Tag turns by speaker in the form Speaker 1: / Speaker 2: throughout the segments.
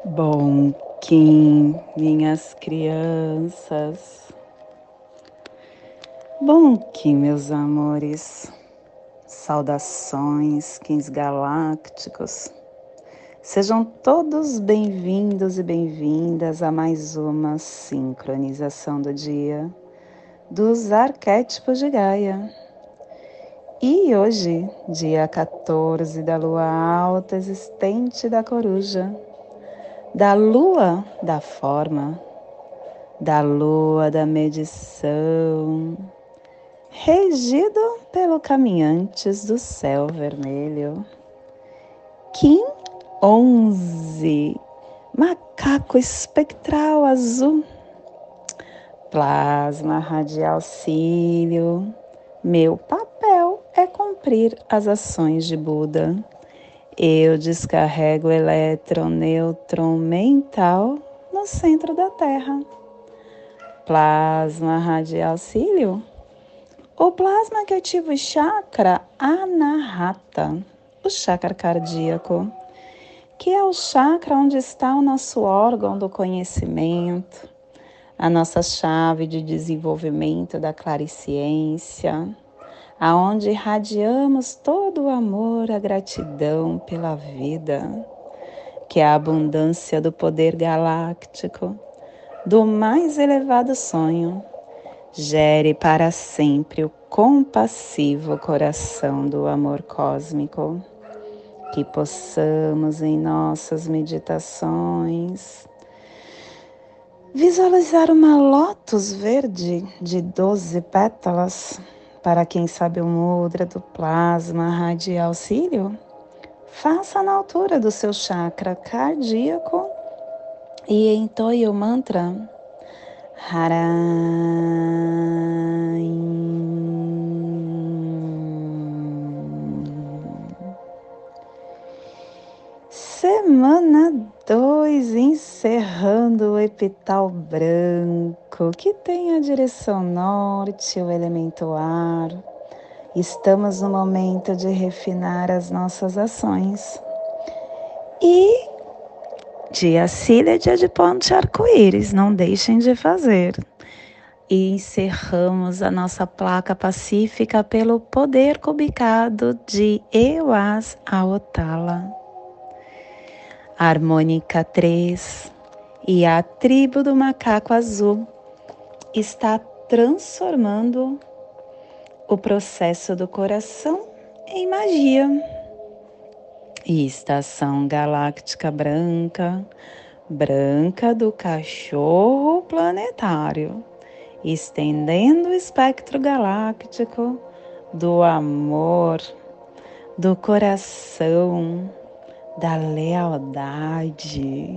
Speaker 1: Bom, Kim, minhas crianças. Bom, Kim, meus amores. Saudações, Kins galácticos. Sejam todos bem-vindos e bem-vindas a mais uma sincronização do dia dos arquétipos de Gaia. E hoje, dia 14 da lua alta existente da coruja, da lua da forma, da lua da medição, regido pelo caminhantes do céu vermelho. Kim 11, macaco espectral azul, plasma radial cílio. Meu papel é cumprir as ações de Buda. Eu descarrego o elétron, nêutron mental no centro da Terra. Plasma radial cílio. O plasma que ativa o chakra Anahata, o chakra cardíaco, que é o chakra onde está o nosso órgão do conhecimento, a nossa chave de desenvolvimento da clariciência, aonde irradiamos todo o amor, a gratidão pela vida, que é a abundância do poder galáctico, do mais elevado sonho. Gere para sempre o compassivo coração do amor cósmico. Que possamos em nossas meditações visualizar uma lótus verde de 12 pétalas. Para quem sabe o mudra do plasma radial cílio, faça na altura do seu chakra cardíaco e entoie o mantra Haram. Semana 2, encerrando o epital branco, que tem a direção norte, o elemento ar. Estamos no momento de refinar as nossas ações. E dia Cília, dia de ponte arco-íris, não deixem de fazer. E encerramos a nossa placa pacífica pelo poder cubicado de Ewas Aotala. Harmônica 3 e a tribo do macaco azul está transformando o processo do coração em magia. E estação galáctica branca, branca do cachorro planetário, estendendo o espectro galáctico do amor, do coração, da lealdade.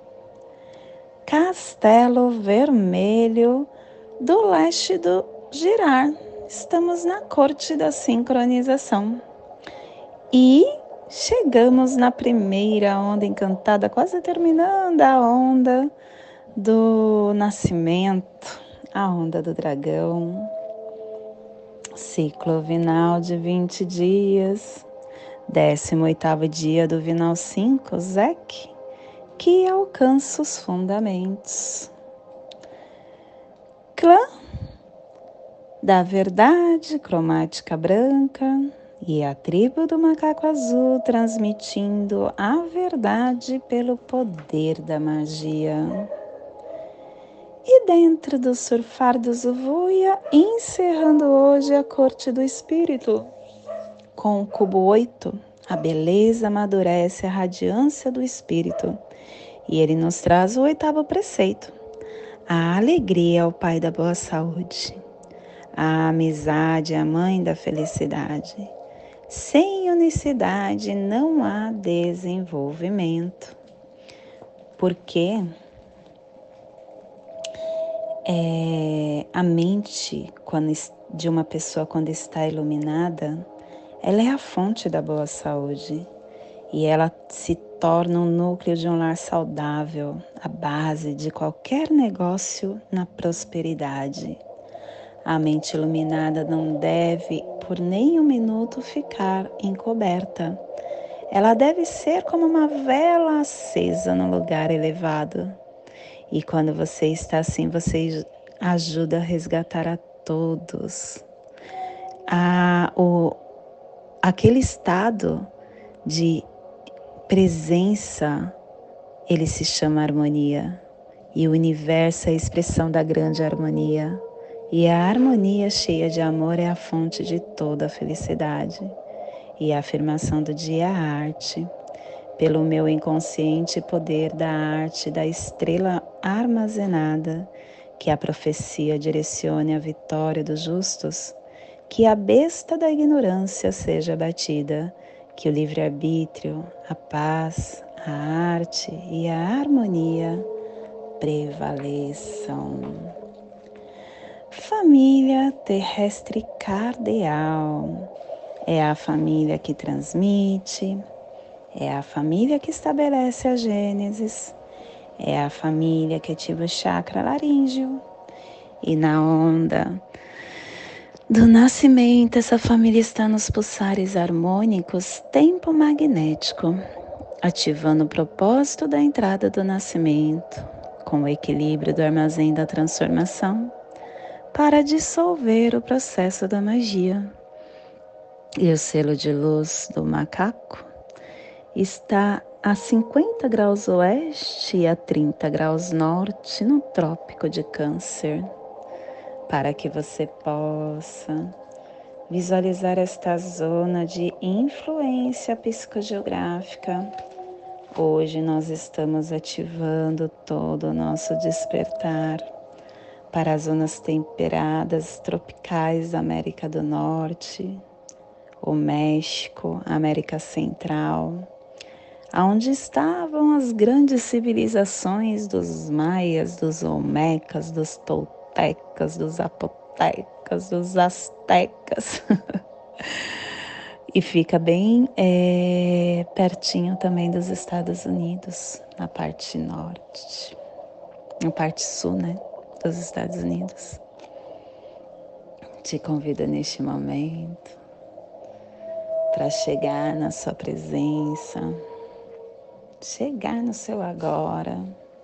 Speaker 1: Castelo Vermelho do leste do Girar. Estamos na corte da sincronização. E chegamos na primeira onda encantada, quase terminando a onda do nascimento, a onda do dragão. Ciclo vinal de 20 dias. 18º dia do Vinal 5, Zek, que alcança os fundamentos. Clã da verdade cromática branca e a tribo do macaco azul transmitindo a verdade pelo poder da magia. E dentro do surfar do Zuvuia, encerrando hoje a corte do espírito. Com o cubo 8, a beleza amadurece a radiância do espírito. E ele nos traz o 8º preceito. A alegria é o pai da boa saúde. A amizade é a mãe da felicidade. Sem unicidade não há desenvolvimento. Porque a mente de uma pessoa quando está iluminada, ela é a fonte da boa saúde e ela se torna um núcleo de um lar saudável, a base de qualquer negócio na prosperidade. A mente iluminada não deve por nenhum minuto ficar encoberta. Ela deve ser como uma vela acesa num lugar elevado. E quando você está assim, você ajuda a resgatar a todos. Aquele estado de presença, ele se chama harmonia. E o universo é a expressão da grande harmonia. E a harmonia cheia de amor é a fonte de toda a felicidade. E a afirmação do dia é a arte. Pelo meu inconsciente poder da arte, da estrela armazenada, que a profecia direcione a vitória dos justos, que a besta da ignorância seja abatida, que o livre-arbítrio, a paz, a arte e a harmonia prevaleçam. Família terrestre cardeal é a família que transmite, é a família que estabelece a gênesis, é a família que ativa o chakra laríngeo. E na onda do nascimento, essa família está nos pulsares harmônicos tempo magnético, ativando o propósito da entrada do nascimento, com o equilíbrio do armazém da transformação, para dissolver o processo da magia. E o selo de luz do macaco está a 50 graus oeste e a 30 graus norte no Trópico de Câncer, para que você possa visualizar esta zona de influência psicogeográfica. Hoje nós estamos ativando todo o nosso despertar para as zonas temperadas tropicais da América do Norte, o México, a América Central, onde estavam as grandes civilizações dos maias, dos olmecas, dos toltecas, dos zapotecas, dos astecas. E fica bem pertinho também dos Estados Unidos, na parte norte, na parte sul, né, dos Estados Unidos. Te convido neste momento para chegar na sua presença, chegar no seu agora.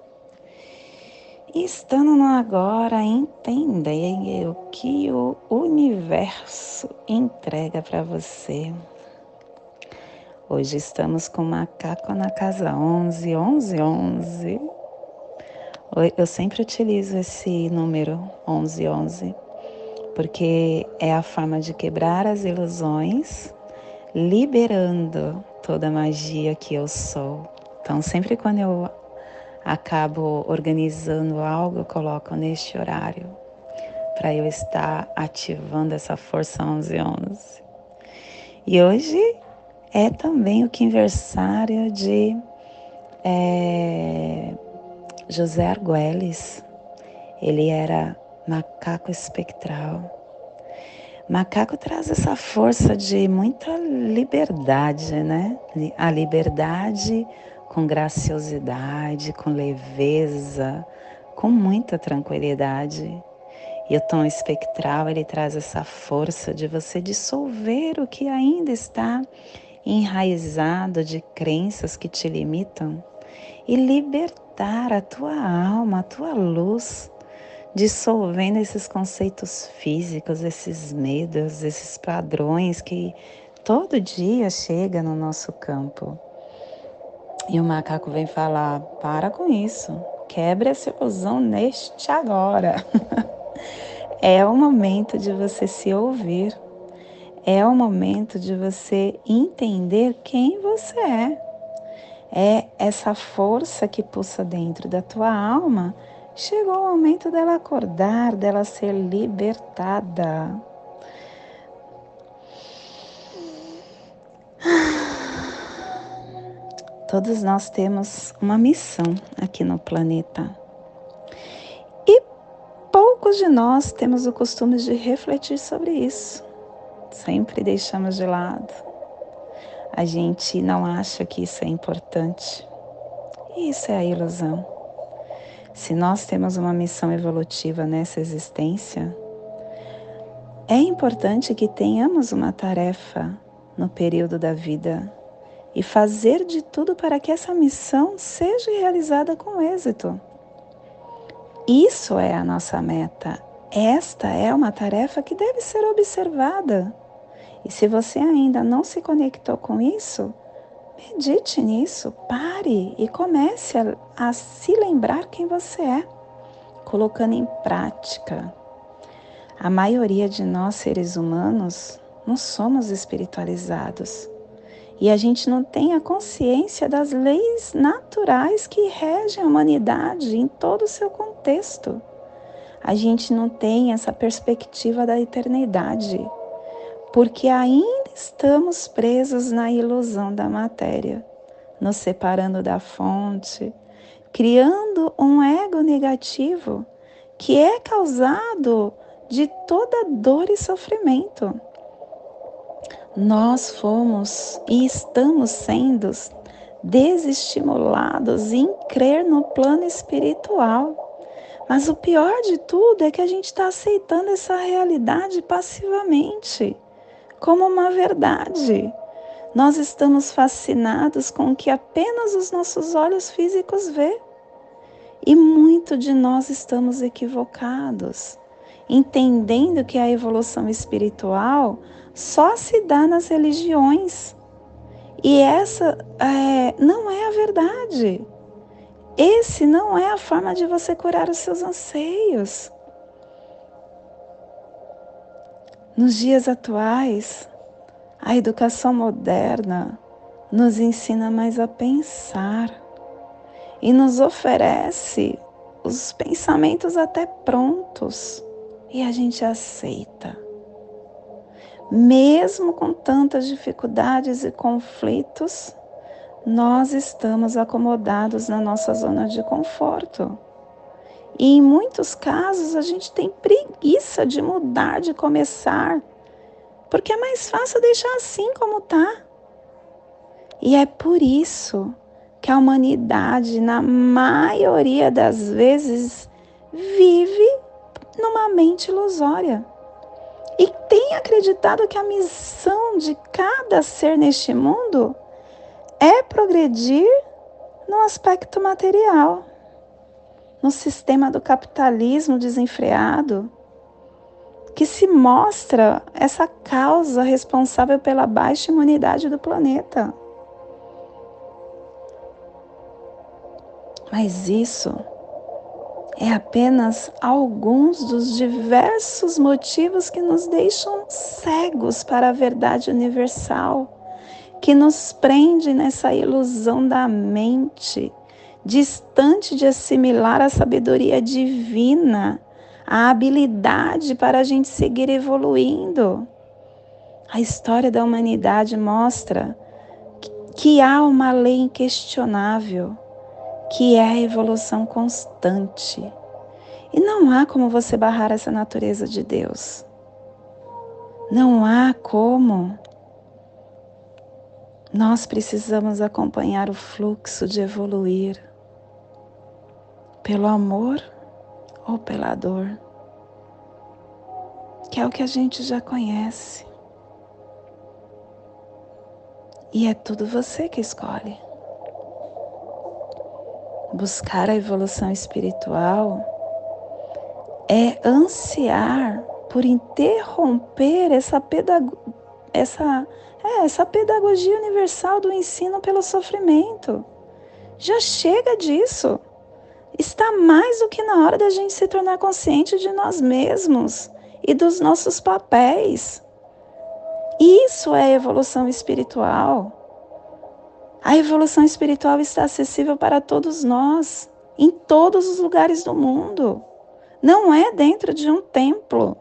Speaker 1: E estando no agora, entender o que o universo entrega para você. Hoje estamos com o macaco na casa 11, 11, 11. Eu sempre utilizo esse número 11, 11, porque é a forma de quebrar as ilusões, liberando toda a magia que eu sou. Então, sempre quando eu acabo organizando algo, eu coloco neste horário, para eu estar ativando essa força 11, 11. E hoje é também o quinversário de José Argüelles. Ele era macaco espectral. Macaco traz essa força de muita liberdade, né? A liberdade com graciosidade, com leveza, com muita tranquilidade. E o tom espectral, ele traz essa força de você dissolver o que ainda está enraizado de crenças que te limitam e libertar a tua alma, a tua luz, dissolvendo esses conceitos físicos, esses medos, esses padrões que todo dia chega no nosso campo. E o macaco vem falar, para com isso, quebre essa ilusão neste agora. É o momento de você se ouvir, é o momento de você entender quem você é. É essa força que pulsa dentro da tua alma. Chegou o momento dela acordar, dela ser libertada. Todos nós temos uma missão aqui no planeta. E poucos de nós temos o costume de refletir sobre isso. Sempre deixamos de lado. A gente não acha que isso é importante. E isso é a ilusão. Se nós temos uma missão evolutiva nessa existência, é importante que tenhamos uma tarefa no período da vida e fazer de tudo para que essa missão seja realizada com êxito. Isso é a nossa meta. Esta é uma tarefa que deve ser observada. E se você ainda não se conectou com isso, medite nisso, pare e comece a se lembrar quem você é, colocando em prática. A maioria de nós, seres humanos, não somos espiritualizados. E a gente não tem a consciência das leis naturais que regem a humanidade em todo o seu contexto. A gente não tem essa perspectiva da eternidade, porque ainda estamos presos na ilusão da matéria, nos separando da fonte, criando um ego negativo que é causado de toda dor e sofrimento. Nós fomos e estamos sendo desestimulados em crer no plano espiritual. Mas o pior de tudo é que a gente está aceitando essa realidade passivamente, como uma verdade. Nós estamos fascinados com o que apenas os nossos olhos físicos vê. E muito de nós estamos equivocados, entendendo que a evolução espiritual só se dá nas religiões. E essa não é a verdade. Esse não é a forma de você curar os seus anseios. Nos dias atuais, a educação moderna nos ensina mais a pensar e nos oferece os pensamentos até prontos e a gente aceita. Mesmo com tantas dificuldades e conflitos, nós estamos acomodados na nossa zona de conforto. E em muitos casos a gente tem preguiça de mudar, de começar, porque é mais fácil deixar assim como está. E é por isso que a humanidade, na maioria das vezes, vive numa mente ilusória. E tem acreditado que a missão de cada ser neste mundo é progredir no aspecto material, no sistema do capitalismo desenfreado, que se mostra essa causa responsável pela baixa imunidade do planeta. Mas isso é apenas alguns dos diversos motivos que nos deixam cegos para a verdade universal, que nos prende nessa ilusão da mente, distante de assimilar a sabedoria divina, a habilidade para a gente seguir evoluindo. A história da humanidade mostra que há uma lei inquestionável, que é a evolução constante. E não há como você barrar essa natureza de Deus. Não há como. Nós precisamos acompanhar o fluxo de evoluir, pelo amor ou pela dor, que é o que a gente já conhece. E é tudo você que escolhe. Buscar a evolução espiritual é ansiar por interromper essa pedagogia universal do ensino pelo sofrimento. Já chega disso. Está mais do que na hora da gente se tornar consciente de nós mesmos e dos nossos papéis. Isso é evolução espiritual. A evolução espiritual está acessível para todos nós, em todos os lugares do mundo. Não é dentro de um templo.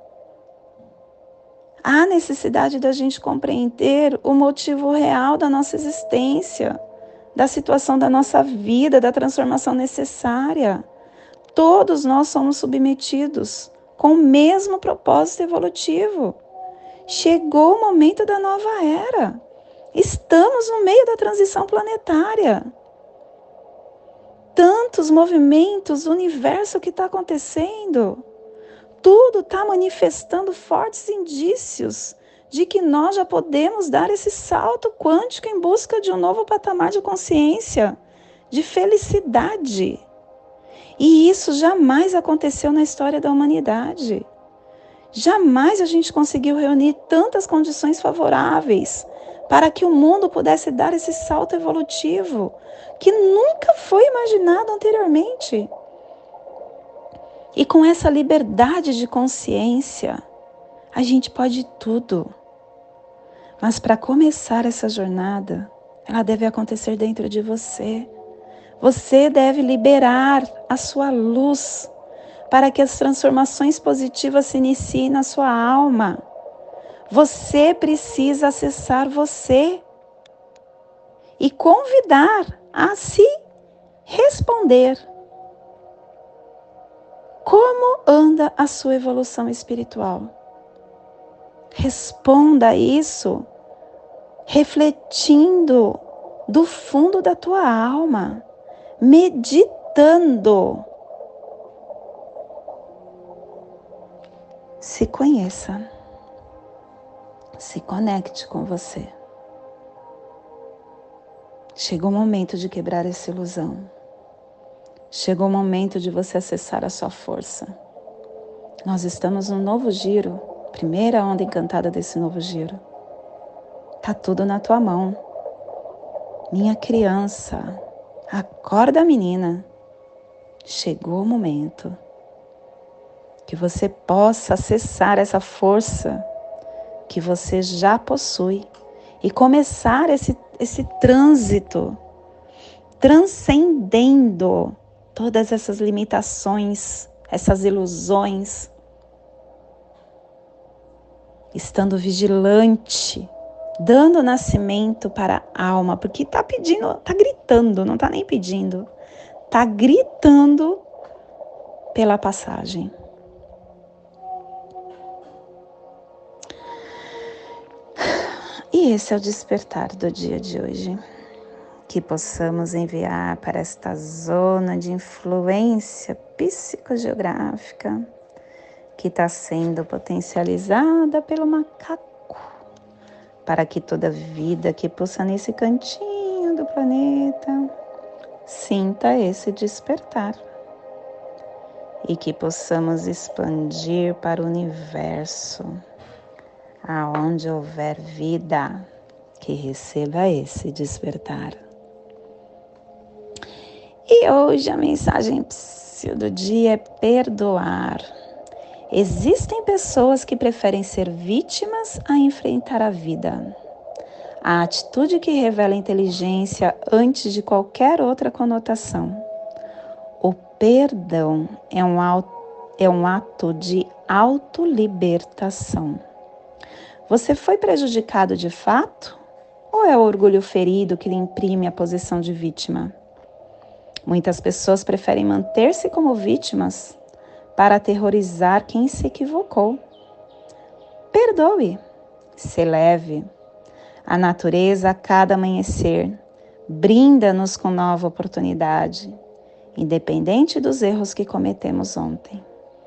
Speaker 1: Há necessidade da gente compreender o motivo real da nossa existência, da situação da nossa vida, da transformação necessária. Todos nós somos submetidos com o mesmo propósito evolutivo. Chegou o momento da nova era. Estamos no meio da transição planetária. Tantos movimentos, o universo que está acontecendo. Tudo está manifestando fortes indícios de que nós já podemos dar esse salto quântico em busca de um novo patamar de consciência, de felicidade. E isso jamais aconteceu na história da humanidade. Jamais a gente conseguiu reunir tantas condições favoráveis para que o mundo pudesse dar esse salto evolutivo que nunca foi imaginado anteriormente. E com essa liberdade de consciência, a gente pode tudo. Mas para começar essa jornada, ela deve acontecer dentro de você. Você deve liberar a sua luz para que as transformações positivas se iniciem na sua alma. Você precisa acessar você e convidar a se responder. Como anda a sua evolução espiritual? Responda isso refletindo do fundo da tua alma, meditando. Se conheça, se conecte com você. Chegou o momento de quebrar essa ilusão. Chegou o momento de você acessar a sua força. Nós estamos num novo giro, primeira onda encantada desse novo giro. Tá tudo na tua mão. Minha criança, acorda, menina. Chegou o momento que você possa acessar essa força que você já possui e começar esse trânsito transcendendo todas essas limitações, essas ilusões, estando vigilante, dando nascimento para a alma, porque está pedindo, está gritando, não está nem pedindo, está gritando pela passagem. E esse é o despertar do dia de hoje. Que possamos enviar para esta zona de influência psicogeográfica que está sendo potencializada pelo macaco, para que toda vida que pulsa nesse cantinho do planeta sinta esse despertar e que possamos expandir para o universo, aonde houver vida, que receba esse despertar. E hoje a mensagem do dia é perdoar. Existem pessoas que preferem ser vítimas a enfrentar a vida. A atitude que revela inteligência antes de qualquer outra conotação. O perdão é um ato de autolibertação. Você foi prejudicado de fato? Ou é o orgulho ferido que lhe imprime a posição de vítima? Muitas pessoas preferem manter-se como vítimas para aterrorizar quem se equivocou. Perdoe, se leve. A natureza, a cada amanhecer, brinda-nos com nova oportunidade, independente dos erros que cometemos ontem.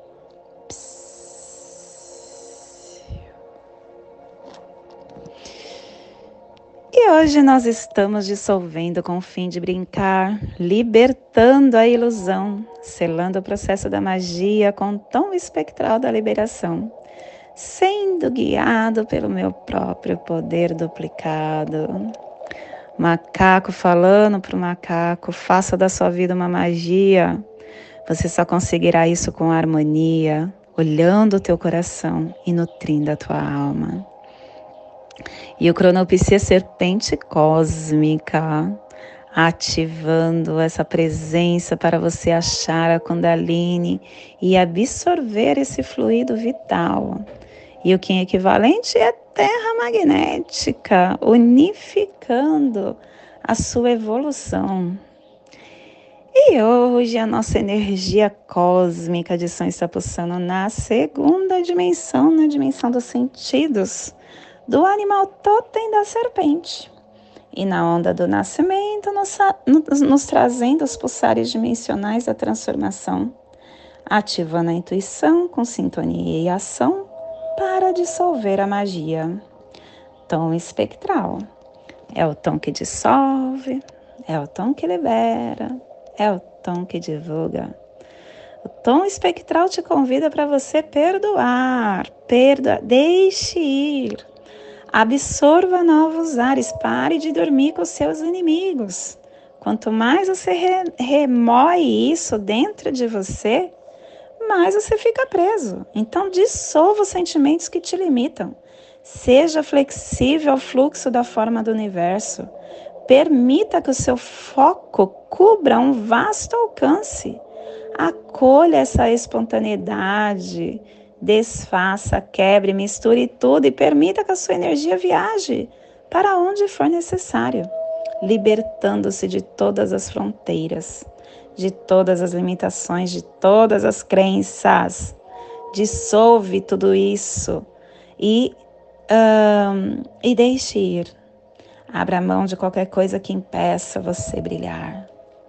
Speaker 1: E hoje nós estamos dissolvendo com o fim de brincar, libertando a ilusão, selando o processo da magia com o tom espectral da liberação, sendo guiado pelo meu próprio poder duplicado. Macaco falando para o macaco, faça da sua vida uma magia. Você só conseguirá isso com harmonia, olhando o teu coração e nutrindo a tua alma. E o Cronopsia Serpente Cósmica, ativando essa presença para você achar a Kundalini e absorver esse fluido vital. E o Kim equivalente é Terra Magnética, unificando a sua evolução. E hoje a nossa energia cósmica de som está pulsando na segunda dimensão, na dimensão dos sentidos, do animal totem da serpente. E na onda do nascimento, nos trazendo os pulsares dimensionais da transformação, ativando a intuição com sintonia e ação para dissolver a magia. tom espectral. É o tom que dissolve, é o tom que libera, é o tom que divulga. O tom espectral te convida para você perdoar, deixe ir, absorva novos ares, pare de dormir com os seus inimigos. Quanto mais você remoe isso dentro de você, mais você fica preso. Então dissolva os sentimentos que te limitam. Seja flexível ao fluxo da forma do universo. Permita que o seu foco cubra um vasto alcance. Acolha essa espontaneidade, desfaça, quebre, misture tudo e permita que a sua energia viaje para onde for necessário, libertando-se de todas as fronteiras, de todas as limitações, de todas as crenças. Dissolve tudo isso e deixe ir. Abra mão de qualquer coisa que impeça você brilhar.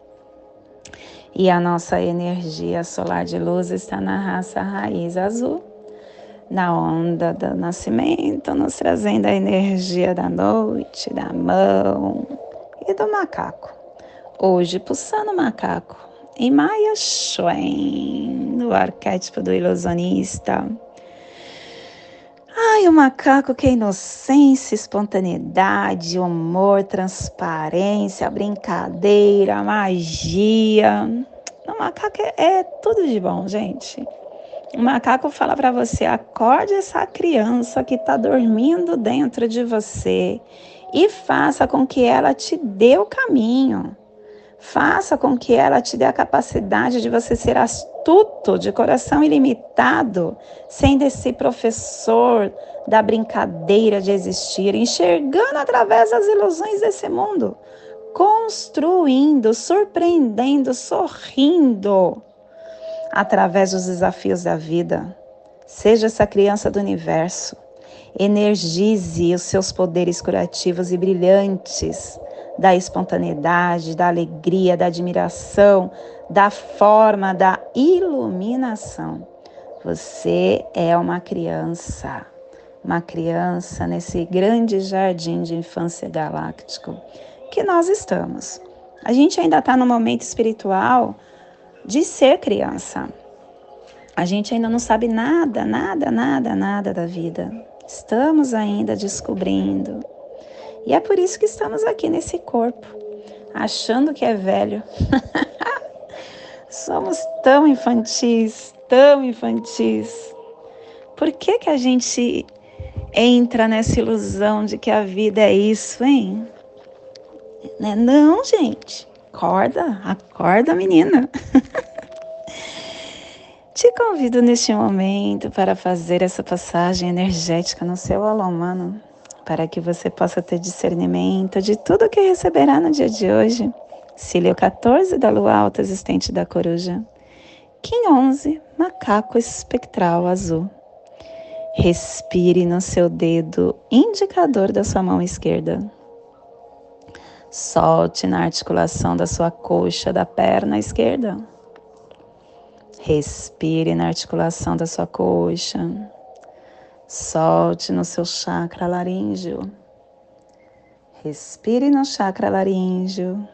Speaker 1: E a nossa energia solar de luz está na raça raiz azul, na onda do nascimento, nos trazendo a energia da noite, da mão e do macaco. Hoje, pulsando macaco, em Maya Schwen, no arquétipo do ilusionista. Ai, o macaco que é inocência, espontaneidade, humor, transparência, brincadeira, magia. O macaco é tudo de bom, gente. O macaco fala para você, acorde essa criança que está dormindo dentro de você e faça com que ela te dê o caminho. Faça com que ela te dê a capacidade de você ser astuto, de coração ilimitado, sendo esse professor da brincadeira de existir, enxergando através das ilusões desse mundo, construindo, surpreendendo, sorrindo através dos desafios da vida. Seja essa criança do universo. Energize os seus poderes curativos e brilhantes, da espontaneidade, da alegria, da admiração, da forma, da iluminação. Você é uma criança nesse grande jardim de infância galáctico que nós estamos. A gente ainda está no momento espiritual de ser criança. A gente ainda não sabe nada da vida. Estamos ainda descobrindo. E é por isso que estamos aqui nesse corpo, achando que é velho. Somos tão infantis, tão infantis. Por que a gente entra nessa ilusão de que a vida é isso, hein? Não, gente. Acorda, menina. Te convido neste momento para fazer essa passagem energética no seu alô humano, para que você possa ter discernimento de tudo o que receberá no dia de hoje. Cílio 14 da lua alta existente da coruja. Kim 11, macaco espectral azul. Respire no seu dedo indicador da sua mão esquerda. Solte na articulação da sua coxa da perna esquerda. Respire na articulação da sua coxa. Solte no seu chakra laríngeo. Respire no chakra laríngeo.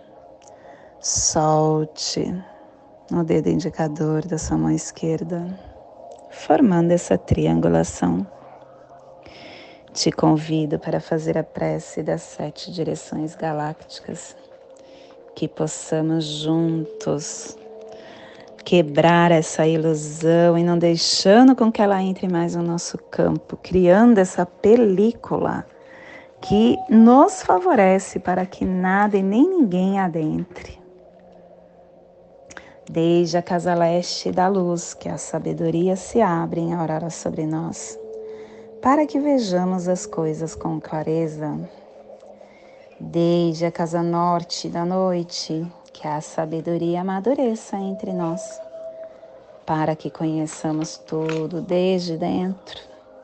Speaker 1: Solte no dedo indicador da sua mão esquerda, formando essa triangulação. Te convido para fazer a prece das 7 direções galácticas, que possamos juntos quebrar essa ilusão e não deixando com que ela entre mais no nosso campo, criando essa película que nos favorece para que nada e nem ninguém adentre. Desde a casa leste da luz, que a sabedoria se abre em aurora sobre nós, para que vejamos as coisas com clareza. Desde a casa norte da noite, que a sabedoria amadureça entre nós, para que conheçamos tudo desde dentro.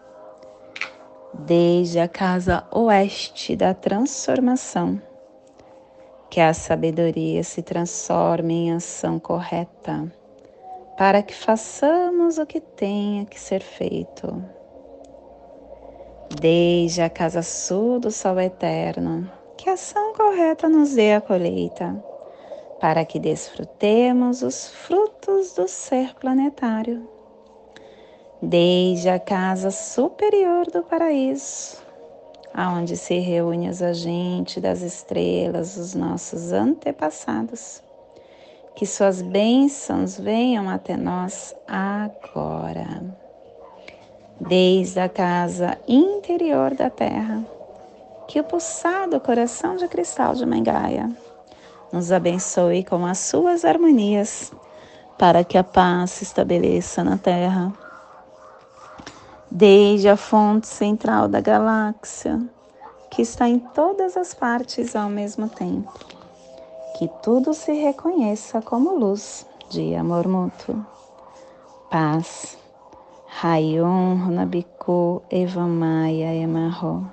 Speaker 1: Desde a casa oeste da transformação, que a sabedoria se transforme em ação correta, para que façamos o que tenha que ser feito. Desde a casa sul do sol eterno, que a ação correta nos dê a colheita, para que desfrutemos os frutos do ser planetário. Desde a casa superior do paraíso, aonde se reúne os agentes das estrelas, os nossos antepassados, que suas bênçãos venham até nós agora. Desde a casa interior da Terra, que o pulsado coração de cristal de Mãe Gaia nos abençoe com as suas harmonias, para que a paz se estabeleça na Terra. Desde a fonte central da galáxia, que está em todas as partes ao mesmo tempo, que tudo se reconheça como luz de amor mútuo. Paz. Rayon Runabiku Evamaya Emarro.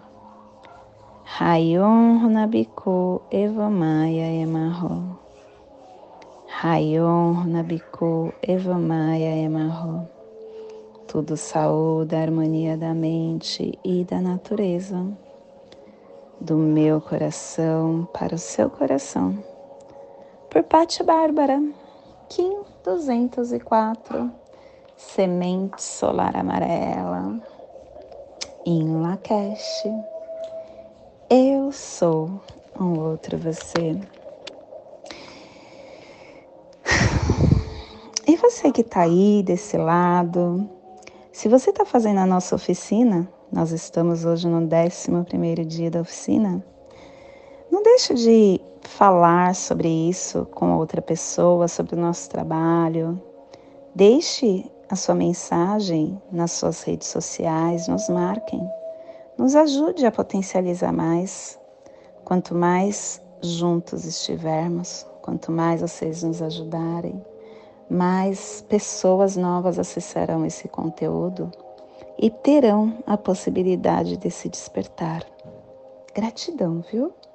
Speaker 1: Rayon Runabiku Evamaya Emarro. Rayon Runabiku Evamaya Emarro. Tudo saúde, a harmonia da mente e da natureza. Do meu coração para o seu coração. Por Patti Bárbara, Kim 204, Semente Solar Amarela, em Lakesh. Eu sou um outro você. E você que está aí desse lado, se você está fazendo a nossa oficina, nós estamos hoje no 11º dia da oficina, não deixe de falar sobre isso com outra pessoa, sobre o nosso trabalho. Deixe a sua mensagem nas suas redes sociais, nos marquem. Nos ajude a potencializar mais. Quanto mais juntos estivermos, quanto mais vocês nos ajudarem, mais pessoas novas acessarão esse conteúdo e terão a possibilidade de se despertar. Gratidão, viu?